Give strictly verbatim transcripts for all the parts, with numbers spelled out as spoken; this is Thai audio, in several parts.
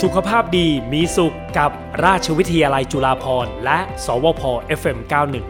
สุขภาพดีมีสุขกับราชวิทยาลัยจุฬาภรณ์และสวพ เอฟ เอ็ม เก้าสิบเอ็ด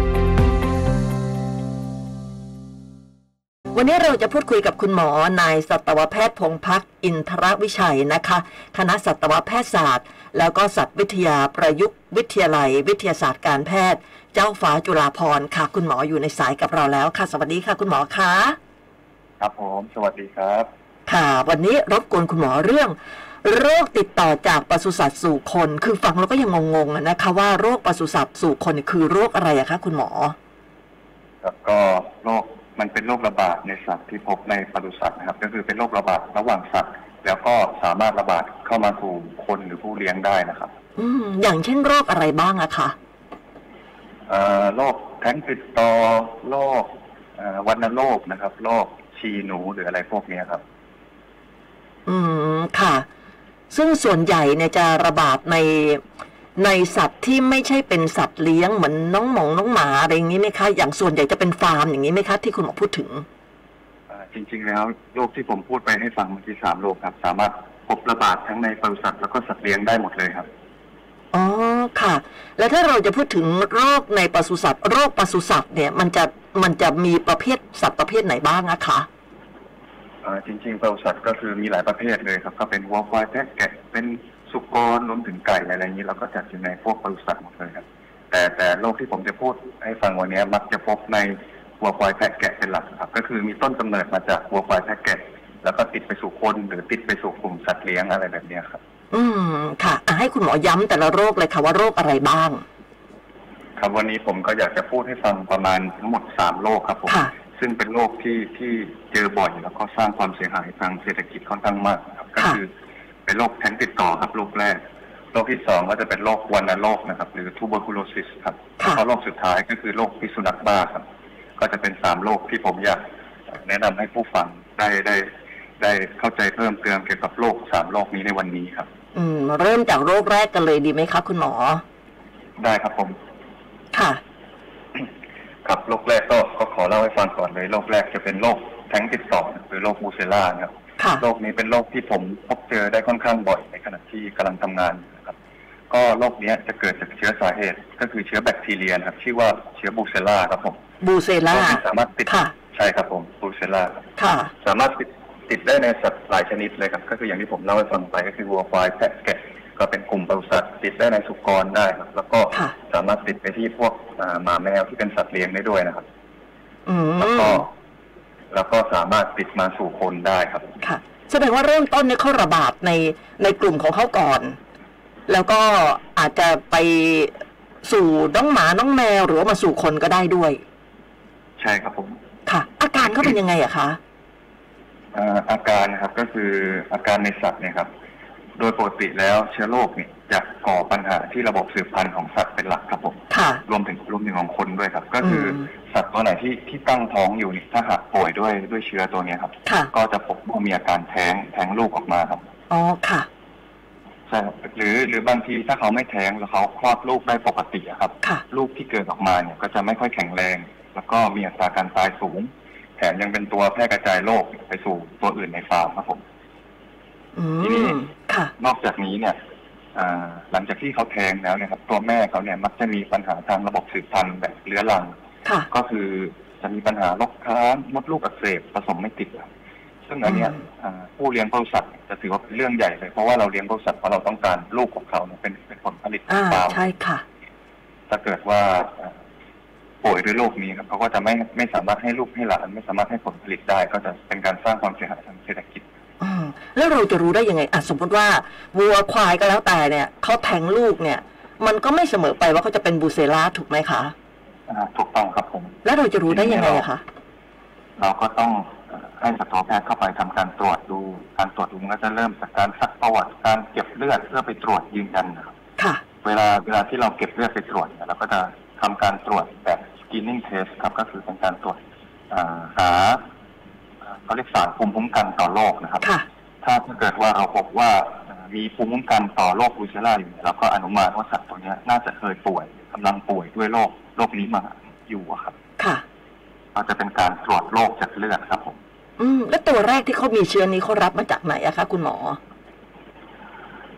วันนี้เราจะพูดคุยกับคุณหมอนายสัตวแพทย์พงษ์ภักดิ์อินทรวิชัยนะคะคณะสัตวแพทยศาสตร์แล้วก็สัตววิทยาประยุกต์วิทยาลัยวิทยาศาสตร์การแพทย์เจ้าฟ้าจุฬาภรณ์ค่ะคุณหมออยู่ในสายกับเราแล้วค่ะสวัสดีค่ะคุณหมอคะครับผมสวัสดีครับค่ะวันนี้รบกวนคุณหมอเรื่องโรคติดต่อจากปศุสัตว์สู่คนคือฟังแล้วก็ยังงงๆนะคะว่าโรคปศุสัตว์สู่คนคือโรคอะไรอะคะคุณหมอครับก็โรคมันเป็นโรคระบาดในสัตว์ที่พบในปศุสัตว์นะครับก็คือเป็นโรคระบาดระหว่างสัตว์แล้วก็สามารถระบาดเข้ามาสู่คนหรือผู้เลี้ยงได้นะครับอืมอย่างเช่นโรคอะไรบ้างอะคะเอ่อโรคแท้งติดต่อโรคเอ่อวัณโรคนะครับโรคชีหนูหรืออะไรพวกนี้ครับอืมค่ะซึ่งส่วนใหญ่เนี่ยจะระบาดในในสัตว์ที่ไม่ใช่เป็นสัตว์เลี้ยงเหมือนน้องหมองน้องหมาอะไรอย่างนี้ไหมคะอย่างส่วนใหญ่จะเป็นฟาร์มอย่างนี้ไหมคะที่คุณหมอพูดถึงจริงๆแล้วโรคที่ผมพูดไปให้ฟังเมื่อกี้สามโรคครับสามารถพบระบาดทั้งในปศุสัตว์แล้วก็สัตว์เลี้ยงได้หมดเลยครับอ๋อค่ะแล้วถ้าเราจะพูดถึงโรคในปศุสัตว์โรคปศุสัตว์เนี่ยมันจะมันจะมีประเภทสัตว์ประเภทไหนบ้างอะคะจริงๆปศุสัตว์ก็คือมีหลายประเภทเลยครับก็เป็นวัวควายแพะแกะเป็นสุกรรวมถึงไก่อะไรอย่างนี้เราก็จัดอยู่ในพวกปศุสัตว์หมดเลยครับแต่แต่โรคที่ผมจะพูดให้ฟังวันนี้มักจะพบในวัวควายแพะแกะเป็นหลักครับก็คือมีต้นกำเนิดมาจากวัวควายแพะแกะแล้วก็ติดไปสู่คนหรือติดไปสู่กลุ่มสัตว์เลี้ยงอะไรแบบนี้ครับอืมค่ะให้คุณหมอย้ำแต่ละโรคเลยค่ะว่าโรคอะไรบ้างครับวันนี้ผมก็อยากจะพูดให้ฟังประมาณทั้งหมดสามโรคครับผมซึ่งเป็นโรคที่ที่เจอบ่อยแล้วก็สร้างความเสียหายทางเศรษฐกิจค่อนข้างมากครับก็คือเป็นโรคแท้งติดต่อครับโรคแรกโรคที่สองก็จะเป็นโรควัณโรคนะครับหรือทูเบอร์คูโลซิสครับแล้วก็โรคสุดท้ายก็คือโรคพิษสุนัขบ้าครับก็จะเป็นสามโรคที่ผมอยากแนะนำให้ผู้ฟังได้ได้ได้เข้าใจเพิ่มเติมเกี่ยวกับโรคสามโรคนี้ในวันนี้ครับอืมเริ่มจากโรคแรกกันเลยดีไหมคะคุณหมอได้ครับผมค่ะครับโรคแรกก็ก็ขอเล่าให้ฟังก่อนเลยโรคแรกจะเป็นโรคแท้งติดต่อหรือโรคบูเซล่าครับโรคนี้เป็นโรคที่ผมพบเจอได้ค่อนข้างบ่อยในขณะที่กำลังทำงานนะครับก็โรคนี้จะเกิดจากเชื้อสาเหตุก็คือเชื้อแบคทีเรียครับชื่อว่าเชื้อบูเซล่าครับผมบูเซล่าสามารถติดใช่ครับผมบูเซล่าสามารถติดติดได้ในสัตว์หลายชนิดเลยครับก็คืออย่างที่ผมเล่าให้ฟังไปก็คือวัวควายแพะแกะก็เป็นกลุ่มปศุสัตว์ติดได้ในสุกรได้ครับแล้วก็สามารถติดไปที่พวกหมาแมวที่เป็นสัตว์เลี้ยงได้ด้วยนะครับแล้วก็แล้วก็สามารถติดมาสู่คนได้ครับค่ะแสดงว่าเริ่มต้นเนี่ยเขาระบาดในในกลุ่มของเขาก่อนแล้วก็อาจจะไปสู่น้องหมาน้องแมวหรือว่ามาสู่คนก็ได้ด้วยใช่ครับผมค่ะอาการเขาเป็นยังไงอะคะอาการนะครับก็คืออาการในสัตว์เนี่ยครับโดยปกติแล้วเชื้อโรคเนี่ยจะก่อปัญหาที่ระบบสืบพันธุ์ของสัตว์เป็นหลักครับผมรวมถึงรวมถึงของคนด้วยครับก็คือสัตว์ตัวไหนที่ที่ตั้งท้องอยู่นี่ถ้าหากป่วยด้วยด้วยเชื้อตัวนี้ครับก็จะพบว่ามีอาการแท้งแท้งลูกออกมาครับอ๋อค่ะใช่หรือหรือบางทีถ้าเขาไม่แท้งแล้วเขาคลอดลูกได้ปกติครับลูกที่เกิดออกมาเนี่ยก็จะไม่ค่อยแข็งแรงแล้วก็มีอัตราการตายสูงแถมยังเป็นตัวแพร่กระจายโรคไปสู่ตัวอื่นในฟาร์มครับผมทีนี้นอกจากนี้เนี่ยหลังจากที่เขาแท้งแล้วเนี่ยครับตัวแม่เขาเนี่ยมักจะมีปัญหาทางระบบสืบพันธุ์แบบเรื้อรังก็คือจะมีปัญหาลกค้างมดลูกอักเสบผสมไม่ติดซึ่งอันเนี้ยผู้เลี้ยงปศุสัตว์จะถือว่าเป็นเรื่องใหญ่เลยเพราะว่าเราเลี้ยงปศุสัตว์เพราะเราต้องการลูกของเขาเนี่ยเป็นเป็นผลผลิตของฟาร์มใช่ค่ะถ้าเกิดว่าป่วยด้วยโรคนี้ครับเขาก็จะไม่ไม่สามารถให้ลูกให้หลานไม่สามารถให้ผลผลิตได้ก็จะเป็นการสร้างความเสียหายทางเศรษฐกิจแล้วเราจะรู้ได้ยังไงอ่ะสมมติว่าวัวควายก็แล้วแต่เนี่ยเขาแทงลูกเนี่ยมันก็ไม่เสมอไปว่าเขาจะเป็นบูเซล่าถูกไหมคะอ่าถูกต้องครับผมแล้วเราจะรู้ได้ยังไงอะคะเราก็ต้องให้สัตวแพทย์เข้าไปทำการตรวจดูการตรวจดูก็จะเริ่มจากการซักประวัติการเก็บเลือดเพื่อไปตรวจยืนยันนะครับค่ะเวลาเวลาที่เราเก็บเลือดไปตรวจเนี่ยเราก็จะทำการตรวจแบบ screening test ครับก็คือเป็นการตรวจหาเขาเรียกสารภูมิคุ้มกันต่อโรคนะครับถ้าเกิดว่าเราพบว่ามีภูมิคุ้มกันต่อโรคบูเซล่าอยู่เราก็อนุมานว่าสัตว์ตัวนี้น่าจะเคยป่วยกำลังป่วยด้วยโรคโรคนี้มาอยู่ครับค่ะก็จะเป็นการตรวจโรคจากเลือดครับผมอืมแล้วตัวแรกที่เขามีเชื้อนี้เขารับมาจากไหนอะคะคุณหมอ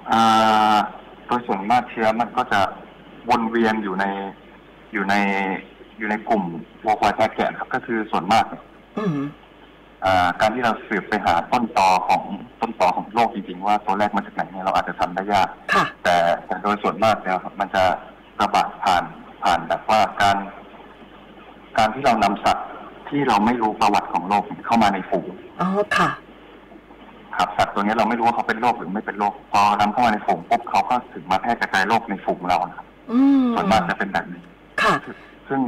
อ่าโดยส่วนมากเชื้อมันก็จะวนเวียนอยู่ในอยู่ในอยู่ในกลุ่มวัวควายแพะแกะครับก็คือส่วนมากการที่เราสืบไปหาต้นตอของต้นตอของโรคจริงๆว่าตัวแรกมาจากไหนเนี่ยเราอาจจะทำได้ยากแต่แต่โดยส่วนมากแล้วมันจะระบาดผ่านผ่านแบบว่าการการที่เรานำสัตว์ที่เราไม่รู้ประวัติของโรคเข้ามาในฝูงอ๋อค่ะครับสัตว์ตัวนี้เราไม่รู้ว่าเขาเป็นโรคหรือไม่เป็นโรคพอนำเข้ามาในฝูงปุ๊บเขาก็ถึงมาแพร่กระจายโรคในฝูงเราครับส่วนมากจะเป็นแบบนี้ค่ะซึ่ง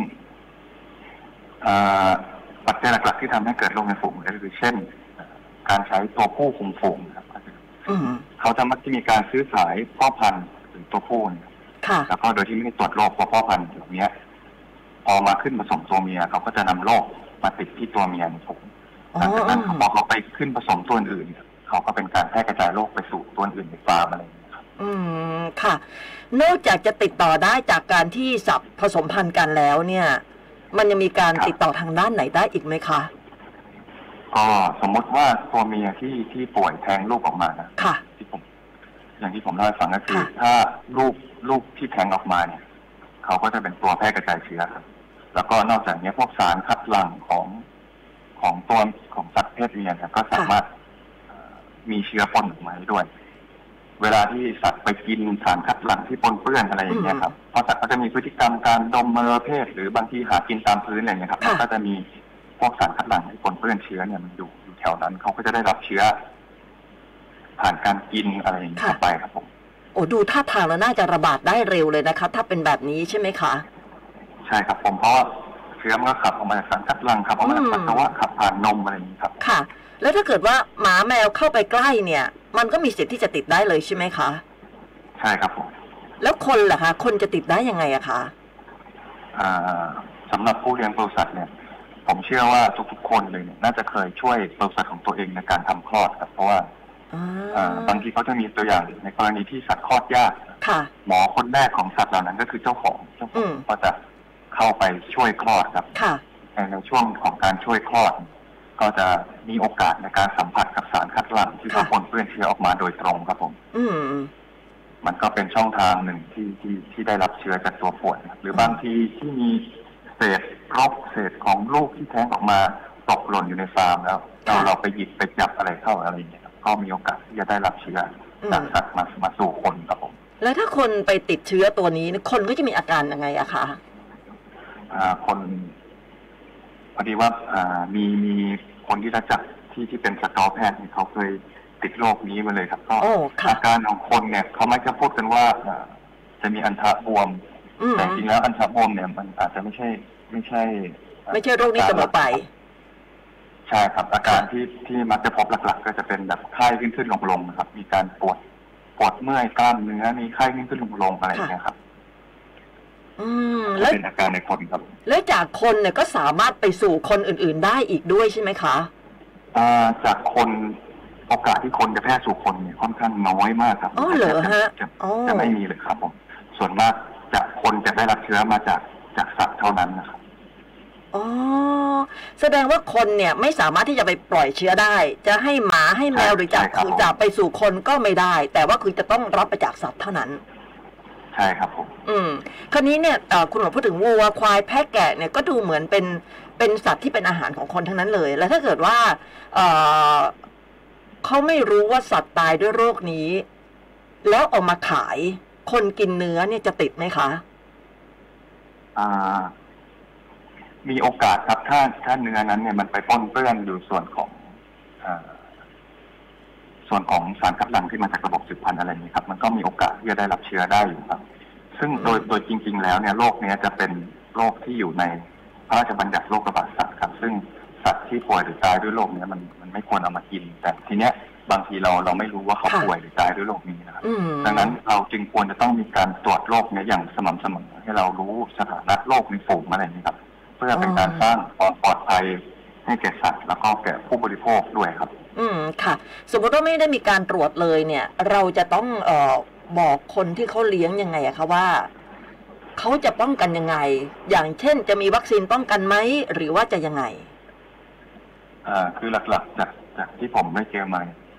ปัจจัยหลักๆที่ทำให้เกิดโรคในฝูงก็คือเช่นการใช้ตัวผู้คุมฝูงครับเขาจะมักจะมีการซื้อขายพ่อพันธุ์หรือตัวผู้แล้วก็โดยที่ไม่ได้ตรวจโรคเพราะพ่อพันธุ์แบบนี้พอมาขึ้นผสมตัวเมียเขาก็จะนำโรคมาติดที่ตัวเมียในฝูงหลังจากนั้นพอเขาไปขึ้นผสมตัวอื่นเขาก็เป็นการแพร่กระจายโรคไปสู่ตัวอื่นในฟาร์มอะไรอย่างเงี้ยครับอืมค่ะนอกจากจะติดต่อได้จากการที่สับผสมพันธุ์กันแล้วเนี่ยมันยังมีการติดต่อทางด้านไหนได้อีกไหมคะก็สมมติว่าตัวเมียที่ที่ป่วยแท้งลูกออกมานะค่ะที่ผมอย่างที่ผมเล่าให้ฟังก็คือถ้าลูกลูกที่แท้งออกมาเนี่ยเขาก็จะเป็นตัวแพร่กระจายเชื้อครับแล้วก็นอกจากนี้พวกสารคัดหลั่งของของตัวของสัตว์เพศเมียก็สามารถมีเชื้อปนออกมาด้วยเวลาที่สัตว์ไปกินสารคัดหลั่งที่ปนเปื้อนอะไรอย่างเงี้ยครับเพราะสัตว์ก็จะมีพฤติกรรมการดมมลเพศหรือบางทีหากินตามพื้นอะไรเงี้ยครับก็จะมีพวกสารคัดหลั่งที่ปนเปื้อนเชื้อเนี่ยมันอยู่อยู่แถวนั้นเขาก็จะได้รับเชื้อผ่านการกินอะไรอย่างเงี้ยไปครับผมโอ้ดูท่าทางแล้วน่าจะระบาดได้เร็วเลยนะคะถ้าเป็นแบบนี้ใช่ไหมคะใช่ครับผมเพราะเชื้อมันก็ขับออกมาจากสารคัดหลั่งขับออกมาจากปัสสาวะขับผ่านนมอะไรอย่างนี้ครับค่ะแล้วถ้าเกิดว่าหมาแมวเข้าไปใกล้เนี่ยมันก็มีสิทธิ์ที่จะติดได้เลยใช่ไหมคะใช่ครับผมแล้วคนล่ะคะคนจะติดได้ยังไงอะคะอ่าสำหรับผู้เลี้ยงปศุสัตว์เนี่ยผมเชื่อว่าทุกๆคนเลยเนี่ยน่าจะเคยช่วยปศุสัตว์ของตัวเองในการทำคลอดครับเพราะว่าบางทีเขาจะมีตัวอย่างในกรณีที่สัตว์คลอดยากหมอคนแรกของสัตว์เหล่านั้นก็คือเจ้าของเจ้าของก็จะเข้าไปช่วยคลอดครับในช่วงของการช่วยคลอดก็จะมีโอกาสในการสัมผัสกับสารคัดหลั่งที่เขาปนเปื้อนเชื้อออกมาโดยตรงครับผมมันก็เป็นช่องทางหนึ่งที่ที่ที่ได้รับเชื้อจากตัวป่วยหรือบางทีที่มีเศษรกเศษของลูกที่แท้งออกมาตกหล่นอยู่ในฟาร์มแล้วเราเราไปหยิบไปจับอะไรเข้าอะไรอย่างเงี้ยก็มีโอกาสที่จะได้รับเชื้อจากสัตว์มามาสู่คนครับผมแล้วถ้าคนไปติดเชื้อตัวนี้คนก็จะมีอาการยังไงอะคะอ่าคนพอดีว่าอ่ามีมีคนที่รู้จักที่ที่เป็นสัตวแพทย์เขาเคยติดโรคนี้มาเลยครับก็อาการของคนเนี่ยเขาไม่จะพูดกันว่าจะมีอันทะบวมแต่จริงแล้วอันทะบวมเนี่ยมันอาจจะไม่ใช่ไม่ใช่ไม่ใช่โรคนี้เสมอไปใช่ครับอาการที่ที่มักจะพบหลักๆก็จะเป็นแบบไข้ขึ้นขึ้นลงลงนะครับมีการปวดปวดเมื่อยกล้ามเนื้อมีไข้ขึ้นขึ้นลงลงอะไรอย่างเงี้ยครับอืมแล้วเป็นอาการในคนครับแล้วจากคนเนี่ยก็สามารถไปสู่คนอื่นๆได้อีกด้วยใช่ไหมคะอ่าจากคนโอกาสที่คนจะแพร่สู่คนเนี่ยค่อนข้างน้อยมากครับอ๋อเหรอฮะจะไม่มีเลยครับผมส่วนมากจากคนจะได้รับเชื้อมาจากจากสัตว์เท่านั้นนะครับอ๋อแสดงว่าคนเนี่ยไม่สามารถที่จะไปปล่อยเชื้อได้จะให้หมาให้แมวหรือจะคือจะไปสู่คนก็ไม่ได้แต่ว่าคือจะต้องรับไปจากสัตว์เท่านั้นใช่ครับผมอืมคราวนี้เนี่ยคุณหมอพูดถึงวัวควายแพะแกะเนี่ยก็ดูเหมือนเป็นเป็นสัตว์ที่เป็นอาหารของคนทั้งนั้นเลยแล้วถ้าเกิดว่าเอ่อเขาไม่รู้ว่าสัตว์ตายด้วยโรคนี้แล้วเอามาขายคนกินเนื้อเนี่ยจะติดไหมคะอ่ามีโอกาสครับถ้าถ้าเนื้อนั้นเนี่ยมันไปปนเปื้อนอยู่ส่วนของอ่าส่วนของสารคัดหลั่งที่มาจากระบบสืบพันธุ์อะไรนี้ครับมันก็มีโอกาสที่จะได้รับเชื้อได้อยู่ครับซึ่งโดยโดยจริงๆแล้วเนี่ยโรคนี้จะเป็นโรคที่อยู่ในพระราชบัญญัติโรคระบาดสัตว์ครับซึ่งสัตว์ที่ป่วยหรือตายด้วยโรคนี้มันมันไม่ควรเอามากินแต่ทีเนี้ยบางทีเราเราไม่รู้ว่าเขาป่วยหรือตายด้วยโรคนี้นะครับดังนั้นเราจึงควรจะต้องมีการตรวจโรคนี้อย่างสม่ำเสมอให้เรารู้สถานะโรคในฝูงอะไรนี้ครับเพื่อเป็นการสร้างความปลอดภัยให้แก่สัตว์แล้วก็แก่ผู้บริโภคด้วยครับอืมค่ะสมมติว่าไม่ได้มีการตรวจเลยเนี่ยเราจะต้องเอ่อบอกคนที่เขาเลี้ยงยังไงอะคะว่าเขาจะป้องกันยังไงอย่างเช่นจะมีวัคซีนป้องกันไหมหรือว่าจะยังไงอ่าคือหลักๆจากจากที่ผมได้เจอมาผ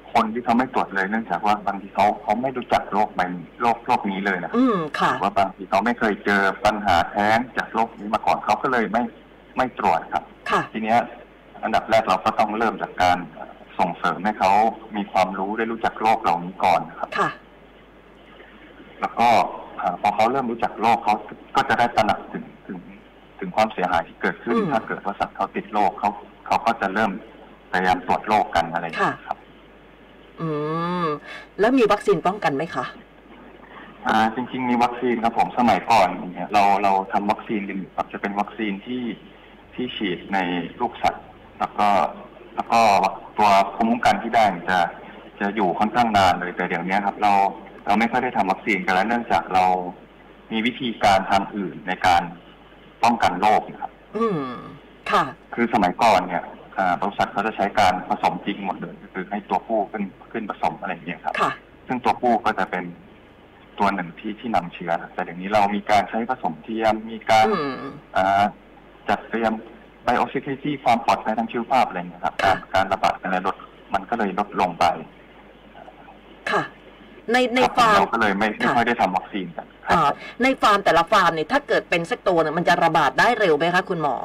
คนที่เขาไม่ตรวจเลยเนื่องจากว่าบางทีเขาเขาไม่รู้จักโรคใบโรคโรคนี้เลยนะอืมค่ะว่าบางทีเขาไม่เคยเจอปัญหาแท้งจากโรคนี้มาก่อนเขาก็เลยไม่ไม่ตรวจครับทีนี้อันดับแรกเราก็ต้องเริ่มจากการส่งเสริมให้เขามีความรู้ได้รู้จักโรคเหล่านี้ก่อนครับแล้วก็พอเขาเริ่มรู้จักโรคเขาก็จะได้ตระหนักถึงถึงถึงความเสียหายที่เกิดขึ้นถ้าเกิดว่าสัตว์เขาติดโรคเขาเขาก็จะเริ่มพยายามตรวจโรคกันอะไรอย่างนี้ครับอืมแล้วมีวัคซีนป้องกันไหมคะอ่าจริงๆมีวัคซีนครับผมสมัยก่อนเนี่ยเราเราทำวัคซีนกันอยู่ครับจะเป็นวัคซีนที่ที่ฉีดในลูกสัตว์แล้วก็แล้วก็ตัวภูมิคุ้มกันที่ได้จะจะอยู่ค่อนข้างนานเลยแต่เดี๋ยวนี้ครับเราเราไม่ค่อยได้ทำวัคซีนกันแล้วเนื่องจากเรามีวิธีการทางอื่นในการป้องกันโรคนะครับอืมค่ะคือสมัยก่อนเนี่ยบริษัทเขาจะใช้การผสมจริงหมดเลยคือให้ตัวผู้ขึ้นขึ้นผสมอะไรอย่างเงี้ยครับซึ่งตัวผู้ก็จะเป็นตัวหนึ่งที่ที่นำเชื้อแต่เดี๋ยวนี้เรามีการใช้ผสมเทียมมีการจัดเตรียมไบโอซิเคซี่ความปลอดภัยทางชีวภาพอะไรอย่างเงี้ยครับการการระบาดอะไรลดมันก็เลยลดลงไปค่ะในในฟาร์มเราก็เลยไม่ไม่ค่อยได้ทำวัคซีนกันในฟาร์มแต่ละฟาร์มเนี่ยถ้าเกิดเป็นสักตัวเนี่ยมันจะระบาดได้เร็วไหมคะคุณหมอ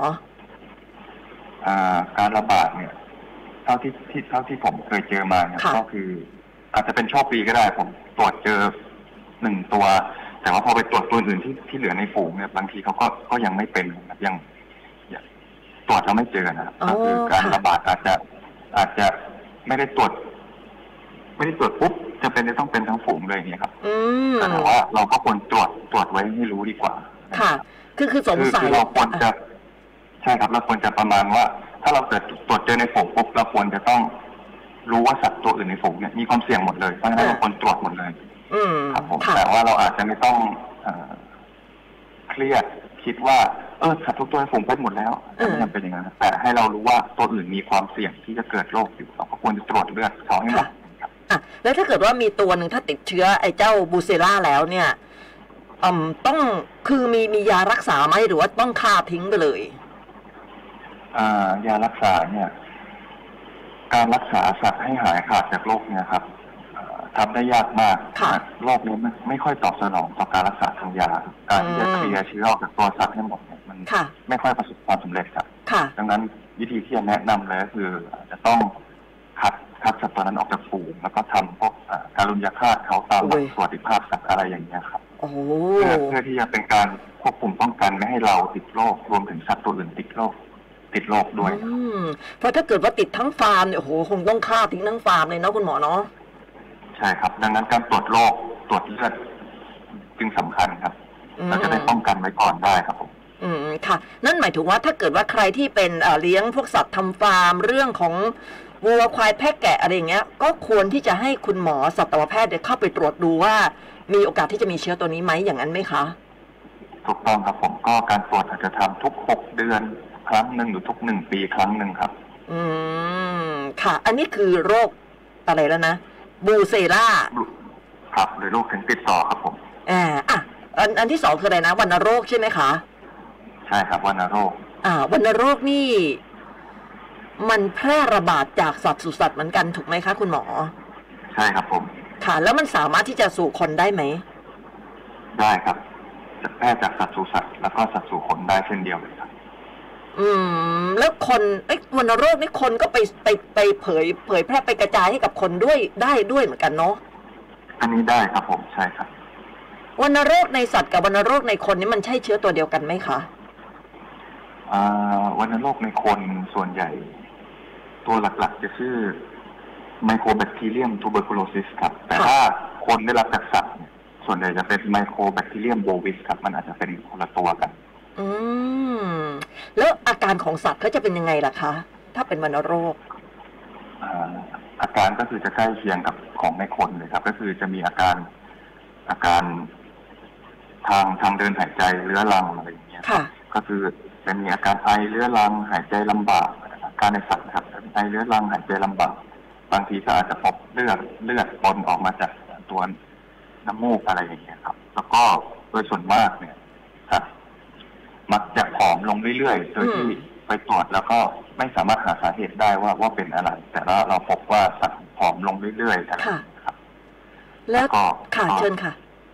การระบาดเนี่ยเท่าที่ที่เท่าที่ผมเคยเจอมาเนี่ยก็คืออาจจะเป็นโชคดีก็ได้ผมตรวจเจอหนึ่งตัวแต่ว่าพอไปตรวจตัวอื่นที่ที่เหลือในฝูงเนี่ยบางทีเขาก็ก็ยังไม่เป็นนะยังตรวจเราไม่เจอนะครับก็คือการระบาดอาจจะอาจจะไม่ได้ตรวจไม่ได้ตรวจปุ๊บจะเป็นจะต้องเป็นทั้งฝูงเลยเนี่ยครับแต่ว่าเราก็ควรตรวจตรวจไว้ให้รู้ดีกว่าค่ะคือคือสงสัยเราควรจะใช่ครับเราควรจะประมาณว่าถ้าเราเกิดตรวจเจอในฝูงปุ๊บเราควรจะต้องรู้ว่าสัตว์ตัวอื่นในฝูงเนี่ยมีความเสี่ยงหมดเลยเพราะฉะนั้นเราควรตรวจหมดเลยครับผมแต่ว่าเราอาจจะไม่ต้องเครียดคิดว่าเออสัตว์ทุกตัวในฝูงเป็นหมดแล้วไม่จำเป็นอย่างนั้นแต่ให้เรารู้ว่าตัวอื่นมีความเสี่ยงที่จะเกิดโรคอยู่เราก็ควรจะตรวจเลือดเขาให้หมดอ่ะแล้วถ้าเกิดว่ามีตัวหนึ่งถ้าติดเชื้อไอ้เจ้าบูเซล่าแล้วเนี่ยอืมต้องคือมีมียารักษาไหมหรือว่าต้องฆ่าทิ้งไปเลยอ่ายารักษาเนี่ยการรักษาสัตว์ให้หายขาดจากโรคเนี่ยครับทำได้ยากมากโรคนี้ไม่ค่อยตอบสนองต่อการรักษาทางยาการที่จะเคลียร์เชื้อออกจากตัวสัตว์ให้หมดเนี่ยมันไม่ค่อยประสบความสำเร็จครับดังนั้นวิธีที่จะแนะนำเลยก็คือจะต้องคัดคัดสัตว์ตัวนั้นออกจากฝูงแล้วก็ทำพวกการุญยฆาตเขาตามหลักสวัสดิภาพสัตว์อะไรอย่างเงี้ยครับเพื่อเพื่อที่จะเป็นการควบคุมป้องกันไม่ให้เราติดโรครวมถึงสัตว์ตัวอื่นติดโรคติดโรคด้วยเพราะถ้าเกิดว่าติดทั้งฟาร์มเนี่ยโอ้โหคงต้องฆ่าทิ้งทั้งฟาร์มเลยเนาะคุณหมอเนาะใช่ครับดังนั้นการตรวจโรคตรวจเลือดจึงสำคัญครับเราจะได้ป้องกันไว้ก่อนได้ครับผมอืมค่ะนั่นหมายถึงว่าถ้าเกิดว่าใครที่เป็นเลี้ยงพวกสัตว์ทำฟาร์มเรื่องของวัวควายแพะแกะอะไรอย่างเงี้ยก็ควรที่จะให้คุณหมอสัตวแพทย์เข้าไปตรวจดูว่ามีโอกาสที่จะมีเชื้อตัวนี้ไหมอย่างนั้นไหมคะถูกต้องครับผมก็การตรวจอาจจะทำทุกหกเดือนครั้งหนึ่งหรือทุกหนึ่งปีครั้งหนึ่งครับอืมค่ะอันนี้คือโรคอะไรแล้วนะบูเซล่าครับหรือโรคถึงติดต่อครับผมอ่าอ่ะอันอันที่สองคืออะไรนะวัณโรคใช่ไหมคะใช่ครับวัณโรคอ่าวัณโรคนี่มันแพร่ระบาดจากสัตว์สู่สัตว์เหมือนกันถูกไหมคะคุณหมอใช่ครับผมค่ะแล้วมันสามารถที่จะสู่คนได้ไหมได้ครับจะแพร่จากสัตว์สู่สัตว์แล้วก็สัตว์สู่คนได้เช่นเดียวกันครับอืมแล้วคนไอ้วัณโรคนี่คนก็ไปไปไปเผยเผยแพร่ไปกระจายให้กับคนด้วยได้ด้วยเหมือนกันเนาะอันนี้ได้ครับผมใช่ครับวัณโรคในสัตว์กับวัณโรคในคนนี่มันใช่เชื้อตัวเดียวกันไหมคะอ่าวัณโรคในคนส่วนใหญ่ตัวหลักๆจะชื่อไมโครแบคทีเรียมทูเบอร์คูโลซิสครับแต่ถ้าคนได้รับจากสัตว์ส่วนใหญ่จะเป็นไมโครแบคทีเรียมโบวิสครับมันอาจจะเป็นคนละตัวกันอืมแล้วอาการของสัตว์เขาจะเป็นยังไงล่ะคะถ้าเป็นวัณโรคอ่าอาการก็คือจะใกล้เคียงกับของในคนเลยครับก็คือจะมีอาการอาการทางทางเดินหายใจเรื้อรังอะไรอย่างเงี้ยก็คือจะมีอาการไอเรื้อรังหายใจลำบากอาการในสัตว์ครับไอเรื้อรังหายใจลำบากบางทีก็อาจจะพบเลือดเลือดปนออกมาจากตัวน้ำมูกอะไรอย่างเงี้ยครับแล้วก็โดยส่วนมากเนี่ยครับมักจะผอมลงเรื่อยๆโดยที่ไปตรวจแล้วก็ไม่สามารถหาสาเหตุได้ว่าว่าเป็นอะไรแต่ว่าเราพบว่าสัตว์ผอมลงเรื่อยๆอะไรครับแล้วก็ค่ะเชิญค่ะ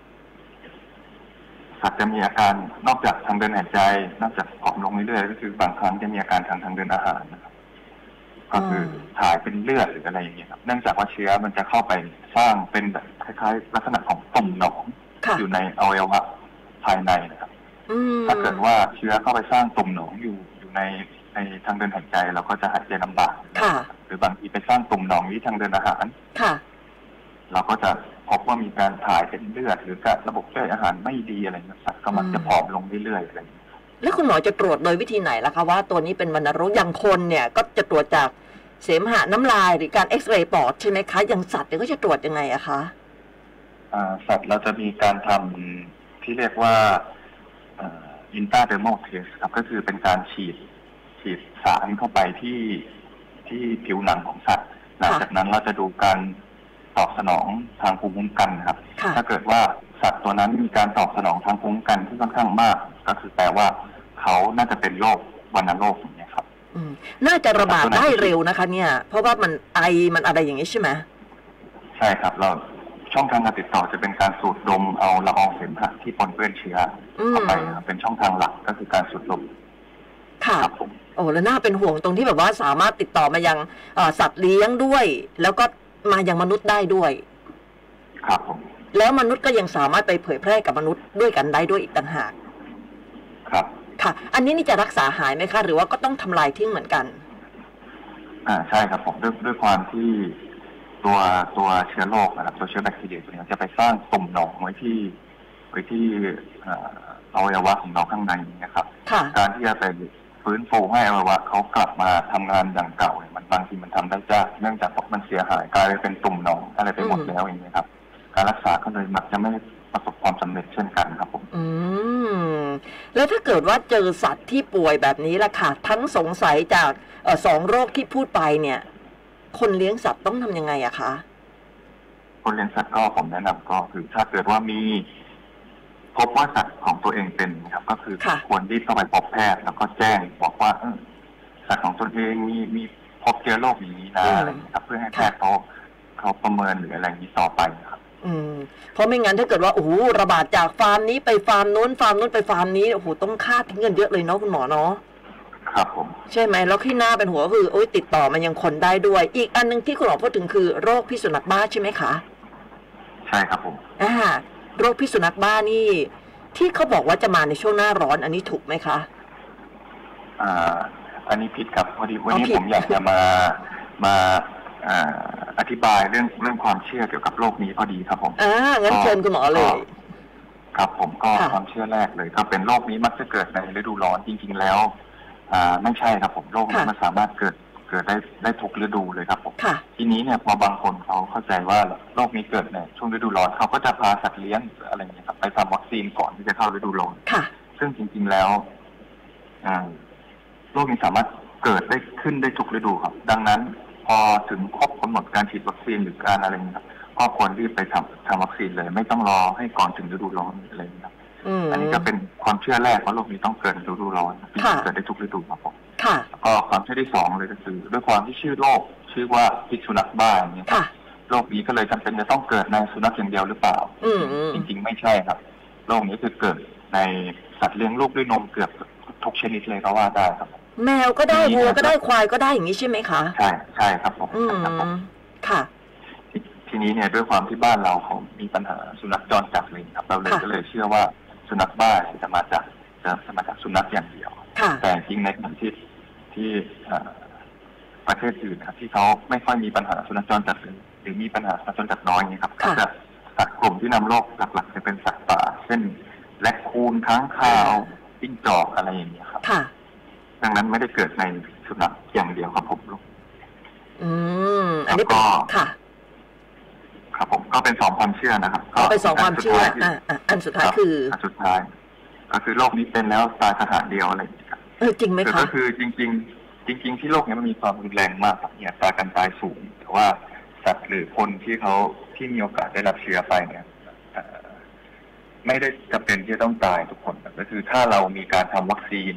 สัตว์จะมีอาการนอกจากทางเดินหายใจนอกจากผอมลงเรื่อยๆก็คือบางครั้งจะมีอาการทางทางเดินอาหารนะครับก็คือถ่ายเป็นเลือดหรืออะไรอย่างเงี้ยครับเนื่องจากว่าเชื้อมันจะเข้าไปสร้างเป็นแบบคล้ายๆลักษณะของตุ่มหนองอยู่ในอวัยวะภายในนะครับถ้าเกิดว่าเชื้อเข้าไปสร้างตุ่มหนองอยู่อยู่ในในทางเดินหายใจเราก็จะหายใจลำบากหรือบางทีไปสร้างตุ่มหนองที่ทางเดินอาหารเราก็จะพบว่ามีการถ่ายเป็นเลือดหรือการระบบย่อยอาหารไม่ดีอะไรเงี้ยสัตว์ก็มักจะผอมลงเรื่อยๆอะไรแล้วคุณหมอจะตรวจโดยวิธีไหนล่ะคะว่าตัวนี้เป็นวัณโรคอย่างคนเนี่ยก็จะตรวจจากเสมหะน้ำลายหรือการเอ็กซเรย์ปอดใช่ไหมคะอย่างสัตว์เนี่ยก็จะตรวจยังไงอะคะอ่าสัตว์เราจะมีการทำที่เรียกว่าอินตราเดอร์โมเทสครับก็คือเป็นการฉีดฉีดสารเข้าไปที่ที่ผิวหนังของสัตว์หลังจากนั้นเราจะดูการตอบสนองทางภูมิคุ้มกันครับถ้าเกิดว่าสัตว์ตัวนั้นมีการตอบสนองทางภูมิคุ้มกันที่ค่อนข้างมากก็คือแปลว่าเขาน่าจะเป็นโรควัณโรคอย่างนี้ครับน่าจะระบาดได้เร็วนะคะเนี่ยเพราะว่ามันไอมันอะไรอย่างนี้ใช่ไหมใช่ครับเราช่องทางการติดต่อจะเป็นการสูดดมเอาละอองเสมหะที่ปนเปื้อนเชื้อเข้าไปเป็นช่องทางหลักก็คือการสูดดมค่ะโอ้แล้วน่าเป็นห่วงตรงที่แบบว่าสามารถติดต่อมายังสัตว์เลี้ยงด้วยแล้วก็มายังมนุษย์ได้ด้วยครับผมแล้วมนุษย์ก็ยังสามารถไปเผยแพร่กับมนุษย์ด้วยกันได้ด้วยอีกต่างหากครับค่ะอันนี้นี่จะรักษาหายไหมคะหรือว่าก็ต้องทำลายทิ้งเหมือนกันอ่าใช่ครับผมด้วยด้วยความที่ตัวตัวเชื้อโรคนะครับตัวเชื้อแบคทีเรียตัวนี้จะไปสร้างตุ่มหนองไว้ที่ไว้ที่อวัยวะของเราข้างในนะครับการที่จะไปฟื้นฟูให้อวัยวะเขากลับมาทำงานอย่างเก่ามันบางทีมันทำได้ยากเนื่องจากมันเสียหายกลายเป็นตุ่มหนองอะไรไปหมดแล้วอย่างนี้ครับการรักษาก็เลยมักจะไม่ประสบความสำเร็จเช่นกันครับผมอืมแล้วถ้าเกิดว่าเจอสัตว์ที่ป่วยแบบนี้ล่ะค่ะทั้งสงสัยจากเอ่อสองโรคที่พูดไปเนี่ยคนเลี้ยงสัตว์ต้องทำยังไงอะคะคนเลี้ยงสัตว์ก็ผมแนะนำก็คือถ้าเกิดว่ามีพบว่าสัตว์ของตัวเองเป็นครับก็คือควรรีบเข้าไปพบแพทย์แล้วก็แจ้งบอกว่าเออสัตว์ของตนเองมีมีพบเชื้อโรคอย่างนี้นะอะไรอย่างนี้ครับเพื่อให้แพทย์เขาเขาประเมินหรืออะไรนี้ต่อไปครับอืมเพราะไม่งั้นถ้าเกิดว่าโอ้โหระบาดจากฟาร์มนี้ไปฟาร์มนู้นฟาร์มนู้นไปฟาร์มนี้โอ้โหต้องค่าทิ้งเงินเยอะเลยเนาะคุณหมอเนาะครับผมใช่ไหมแล้วที่น่าเป็นหัวคือโอ้ยติดต่อมันยังคนได้ด้วยอีกอันนึงที่คุณหมอพูดถึงคือโรคพิษสุนัขบ้าใช่ไหมคะใช่ครับผมอ่าโรคพิษสุนัขบ้านี่ที่เขาบอกว่าจะมาในช่วงหน้าร้อนอันนี้ถูกไหมคะอ่าอันนี้ผิดครับพอดีวันนี้ผมอยากจะมามาอ่าอธิบายเรื่องเรื่องความเชื่อเกี่ยวกับโรคนี้พอดีครับผมอ่างั้นเชิญคุณหมอเลยครับผมก็ความเชื่อแรกเลยครับเป็นโรคนี้มักจะเกิดในฤดูร้อนจริงๆแล้วอ่าไม่ใช่ครับผมโรคนี้มันสามารถเกิดเกิดได้ได้ทุกฤดูเลยครับผมทีนี้เนี่ยพอบางคนเขาเข้าใจว่าโรคนี้เกิดในช่วงฤดูร้อนเขาก็จะพาสัตว์เลี้ยงอะไรอย่างเงี้ยครับไปทำวัคซีนก่อนที่จะเข้าฤดูร้อนซึ่งจริงๆแล้วอ่าโรคนี้สามารถเกิดได้ขึ้นได้ทุกฤดูครับดังนั้นพอถึงครบกำหนดการฉีดวัคซีนหรือการอะไรอย่างเงี้ยก็ควรรีบไปทำทำวัคซีนเลยไม่ต้องรอให้ก่อนถึงฤดูร้อนอะไรอย่างเงี้ยอันนี้ก็เป็นความเชื่อแรกว่าโรคนี้ต้องเกิดในฤดูร้อนเกิดได้ทุกฤดูครับผมแล้วก็ความเชื่อที่สองเลยก็คือด้วยความที่ชื่อโรคชื่อว่าพิษสุนัขบ้าอย่างเงี้ยโรคนี้ก็เลยจำเป็นจะต้องเกิดในสุนัขอย่างเดียวหรือเปล่าจริงๆไม่ใช่ครับโรคนี้คือเกิดในสัตว์เลี้ยงลูกด้วยนมเกือบทุกชนิดเลยก็ว่าได้ครับแมวก็ได้วัวก็ได้ควายก็ได้อย่างนี้ใช่ไหมคะใช่ใช่ครับผมค่ะทีนี้เนี่ยด้วยความที่บ้านเราเขามีปัญหาสุนัขจรจัดเลยครับเราเลยก็เลยเชื่อว่าสุนัขบ้าจะมาจากจะมาจากสุนัขอย่างเดียวแต่จริงในขณะที่ที่ประเทศอื่นครับที่เขาไม่ค่อยมีปัญหาสุนัขจรจัดหรือมีปัญหาสุนัขจรจัดน้อยนี่ครับจะสัตว์กลุ่มที่นำโรคหลักๆจะเป็นสัตว์ป่าเช่นแรคคูนค้างคาวจิ้งจอกอะไรอย่างเงี้ยครับดังนั้นไม่ได้เกิดในสุนัขอย่างเดียวครับผมลูกอืมอันนี้เป็นค่ะครับผมก็เป็นสองความเชื่อนะครับก็เป็นสองความเชื่ออ่าอันสุดท้ายคืออันสุดท้ายก็คือโรคนี้เป็นแล้วตายสถานเดียวอะไรอย่างเงี้ยครับเออจริงไหมคะก็คือจริงๆจริงๆที่โรคนี้มันมีความรุนแรงมากครับเนี่ยตายกันตายสูงแต่ว่าสัตว์หรือคนที่เขาที่มีโอกาสได้รับเชื้อไปเนี่ยไม่ได้จำเป็นที่จะต้องตายทุกคนก็คือถ้าเรามีการทำวัคซีน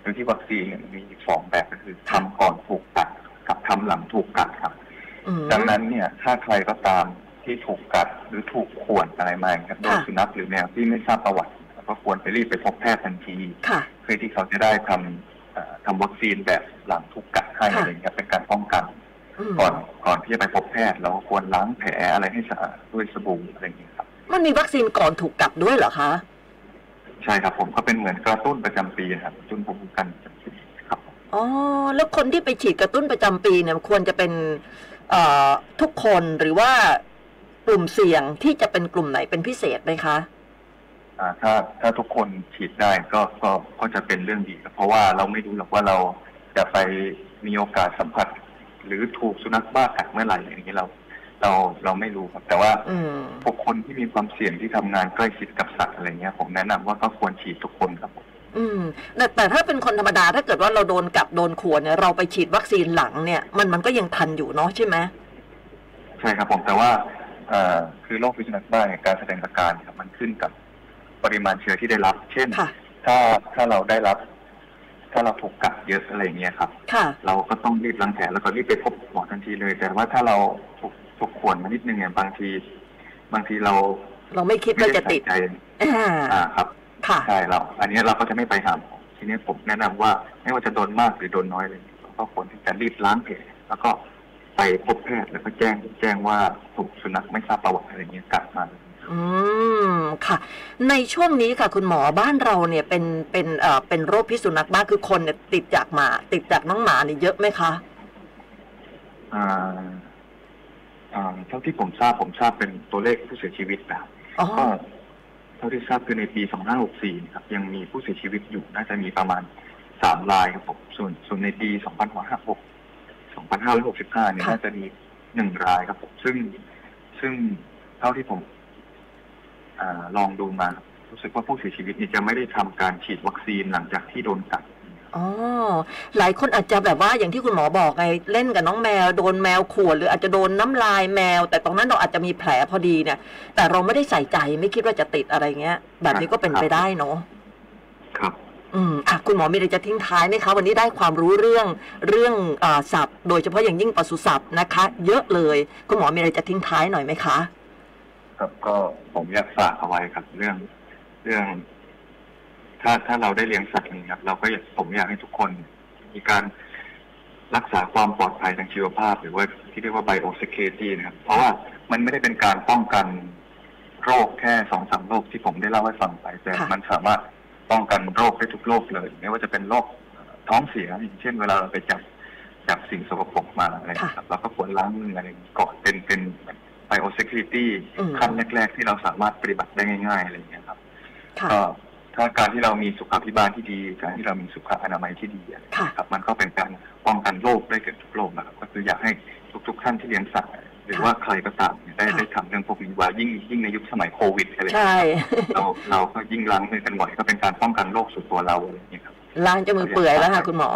โดยที่วัคซีนเนี่ยมีสองแบบก็คือทำก่อนถูกกัดกับทำหลังถูกกัดครับดังนั้นเนี่ยถ้าใครก็ตามที่ถูกกัดหรือถูกข่วนอะไรมาครับโดยสุนัขหรือแมวที่ไม่ทราบประวัติก็ควรไปรีบไปพบแพทย์ทันทีเพื่อที่เขาจะได้ทำทำวัคซีนแบบหลังถูกกัดให้อะไรอย่างเงี้ยเป็นการป้องกันก่อนก่อนที่จะไปพบแพทย์เราควรล้างแผลอะไรให้สะอาดด้วยสบู่อะไรอย่างเงี้ยครับมันมีวัคซีนก่อนถูกกัดด้วยเหรอคะใช่ครับผมก็เป็นเหมือนกระตุ้นประจำปีครับกระตุ้นภูมิคุ้มกันประจำปีครับอ๋อแล้วคนที่ไปฉีดกระตุ้นประจำปีเนี่ยควรจะเป็นเอ่อทุกคนหรือว่ากลุ่มเสี่ยงที่จะเป็นกลุ่มไหนเป็นพิเศษไหมคะอ่าถ้าถ้าทุกคนฉีดได้ก็ก็ก็จะเป็นเรื่องดีเพราะว่าเราไม่รู้หรอกว่าเราจะไปมีโอกาสสัมผัสหรือถูกสุนัขบ้ากัดเมื่อไหร่อย่างนี้เราเราเราไม่รู้ครับแต่ว่าบุคคลที่มีความเสี่ยงที่ทำงานใกล้ชิดกับสัตว์อะไรเงี้ยผมแนะนำว่าก็ควรฉีดทุกคนครับผมอืมแต่แต่ถ้าเป็นคนธรรมดาถ้าเกิดว่าเราโดนกัดโดนข่วนเนี่ยเราไปฉีดวัคซีนหลังเนี่ยมันมันก็ยังทันอยู่เนาะใช่ไหมใช่ครับผมแต่ว่าเอ่อคือโรคพิษสุนัขบ้าการแสดงอาการครับมันขึ้นกับปริมาณเชื้อที่ได้รับเช่นถ้าถ้าเราได้รับถ้าเราถูกกัดเยอะอะไรเงี้ยครับเราก็ต้องรีบล้างแผลแล้วก็รีบไปพบหมอทันทีเลยแต่ว่าถ้าเราถูกถูกข่วนมานิดนึงเนี่ยบางทีบางทีเราเราไม่คิดว่าจะติดอ่าครับใช่เราอันนี้เราก็จะไม่ไปหาหมอทีนี้ผมแนะนำว่าไม่ว่าจะโดนมากหรือโดนน้อยเลยก็ควรที่จะรีบล้างแผลแล้วก็ไปพบแพทย์แล้วก็แจ้งแจ้งว่าถูกสุนัขไม่ทราบประวัติอะไรเงี้ยกัดมาอืมค่ะในช่วงนี้ค่ะคุณหมอบ้านเราเนี่ยเป็นเป็นเอ่อเป็นโรคพิษสุนัขบ้าคือคนเนี่ยติดจากหมาติดจากน้องหมาเนี่ยเยอะไหมคะอ่าอ่าเท่าที่ผมทราบผมทราบเป็นตัวเลขผู้เสียชีวิตแบบก็เท่าที่ทราบคือในปีสองพันห้าร้อยหกสิบสี่ครับยังมีผู้เสียชีวิตอยู่น่าจะมีประมาณสามรายครับผมส่วนส่วนในปีสองพันห้าร้อยห้าสิบหก สองพันห้าร้อยหกสิบห้าเนี่ยน่าจะมีหนึ่งรายครับผมซึ่งซึ่งเท่าที่ผมอ่าลองดูมารู้สึกว่าผู้เสียชีวิตนี่จะไม่ได้ทำการฉีดวัคซีนหลังจากที่โดนกัดอ๋อหลายคนอาจจะแบบว่าอย่างที่คุณหมอบอกไงเล่นกับน้องแมวโดนแมวข่วนหรืออาจจะโดนน้ำลายแมวแต่ตรงนั้นเราอาจจะมีแผลพอดีเนี่ยแต่เราไม่ได้ใส่ใจไม่คิดว่าจะติดอะไรเงี้ยแบบนี้ก็เป็นไปได้เนาะครับอืมอ่ะคุณหมอมีอะไรจะทิ้งท้ายไหมคะวันนี้ได้ความรู้เรื่องเรื่องอ่าสัตว์โดยเฉพาะอย่างยิ่งปศุสัตว์นะคะเยอะเลยคุณหมอมีอะไรจะทิ้งท้ายหน่อยไหมคะครับก็ผมอยากฝากเอาไว้ครับเรื่องเรื่องถ้าถ้าเราได้เลี้ยงสัตว์นี้ครับเราก็ผมอยากให้ทุกคนมีการรักษาความปลอดภัยทางชีวภาพหรือว่าที่เรียกว่า biosecurity นะครับเพราะว่ามันไม่ได้เป็นการป้องกันโรคแค่สองสามโรคที่ผมได้เล่าให้ฟังไปแต่มันสามารถป้องกันโรคได้ทุกโรคเลยไม่ว่าจะเป็นโรคท้องเสียอย่างเช่นเวลาเราไปจับจับสิ่งสกปรกมาอะไรครับเราก็ควรล้างมืออะไรก่อนเป็นเป็น biosecurity ขั้นแรกๆที่เราสามารถปฏิบัติได้ง่ายๆอะไรอย่างเงี้ยครับก็ถ้าการที่เรามีสุขาภิบาลที่ดีการที่เรามีสุขอนามัยที่ดีครับมันก็เป็นการป้องกันโรคได้เกิดทุกโรคนะครับก็คืออยากให้ทุกๆท่านที่เลี้ยงสัตว์หรือว่าใครก็ตามได้ได้ทำเรื่องพวกนี้ว่ายิ่งยิ่งในยุคสมัยโควิดอะไรเราเราก็ยิ่งล้างมือกันบ่อยก็เป็นการป้องกันโรคสู่ตัวเราอะไรอย่างนี้ครับล้างจนมือเปื่อยแล้วค่ะคุณหมอ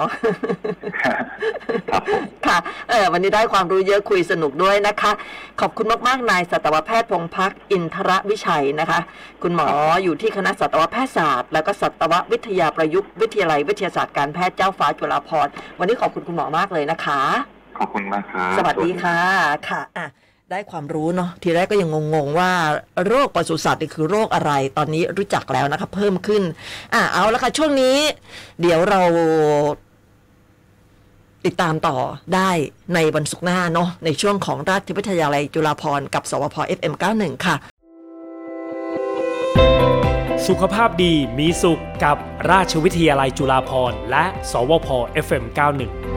ค่ะเออวันนี้ได้ความรู้เยอะคุยสนุกด้วยนะคะขอบคุณมากๆนายสัตวแพทย์พงษ์ภักดิ์อินทรวิชัยนะคะคุณหมออยู่ที่คณะสัตวแพทยศาสตร์แล้วก็สัตววิทยาประยุกต์วิทยาลัยวิทยาศาสตร์การแพทย์เจ้าฟ้าจุฬาภรณ์วันนี้ขอบคุณคุณหมอมากเลยนะคะขอบคุณมากครับสวัสดีค่ะค่ะอ่ะได้ความรู้เนาะทีแรกก็ยังงงๆว่าโรคปศุสัตว์นี่คือโรคอะไรตอนนี้รู้จักแล้วนะคะเพิ่มขึ้นอ่ะเอาละค่ะช่วงนี้เดี๋ยวเราติดตามต่อได้ในวันศุกร์หน้าเนาะในช่วงของราชวิทยาลัยจุฬาภรณ์กับสวพ เอฟ เอ็ม เก้าสิบเอ็ด ค่ะสุขภาพดีมีสุขกับราชวิทยาลัยจุฬาภรณ์และสวพ เอฟ เอ็ม เก้าสิบเอ็ด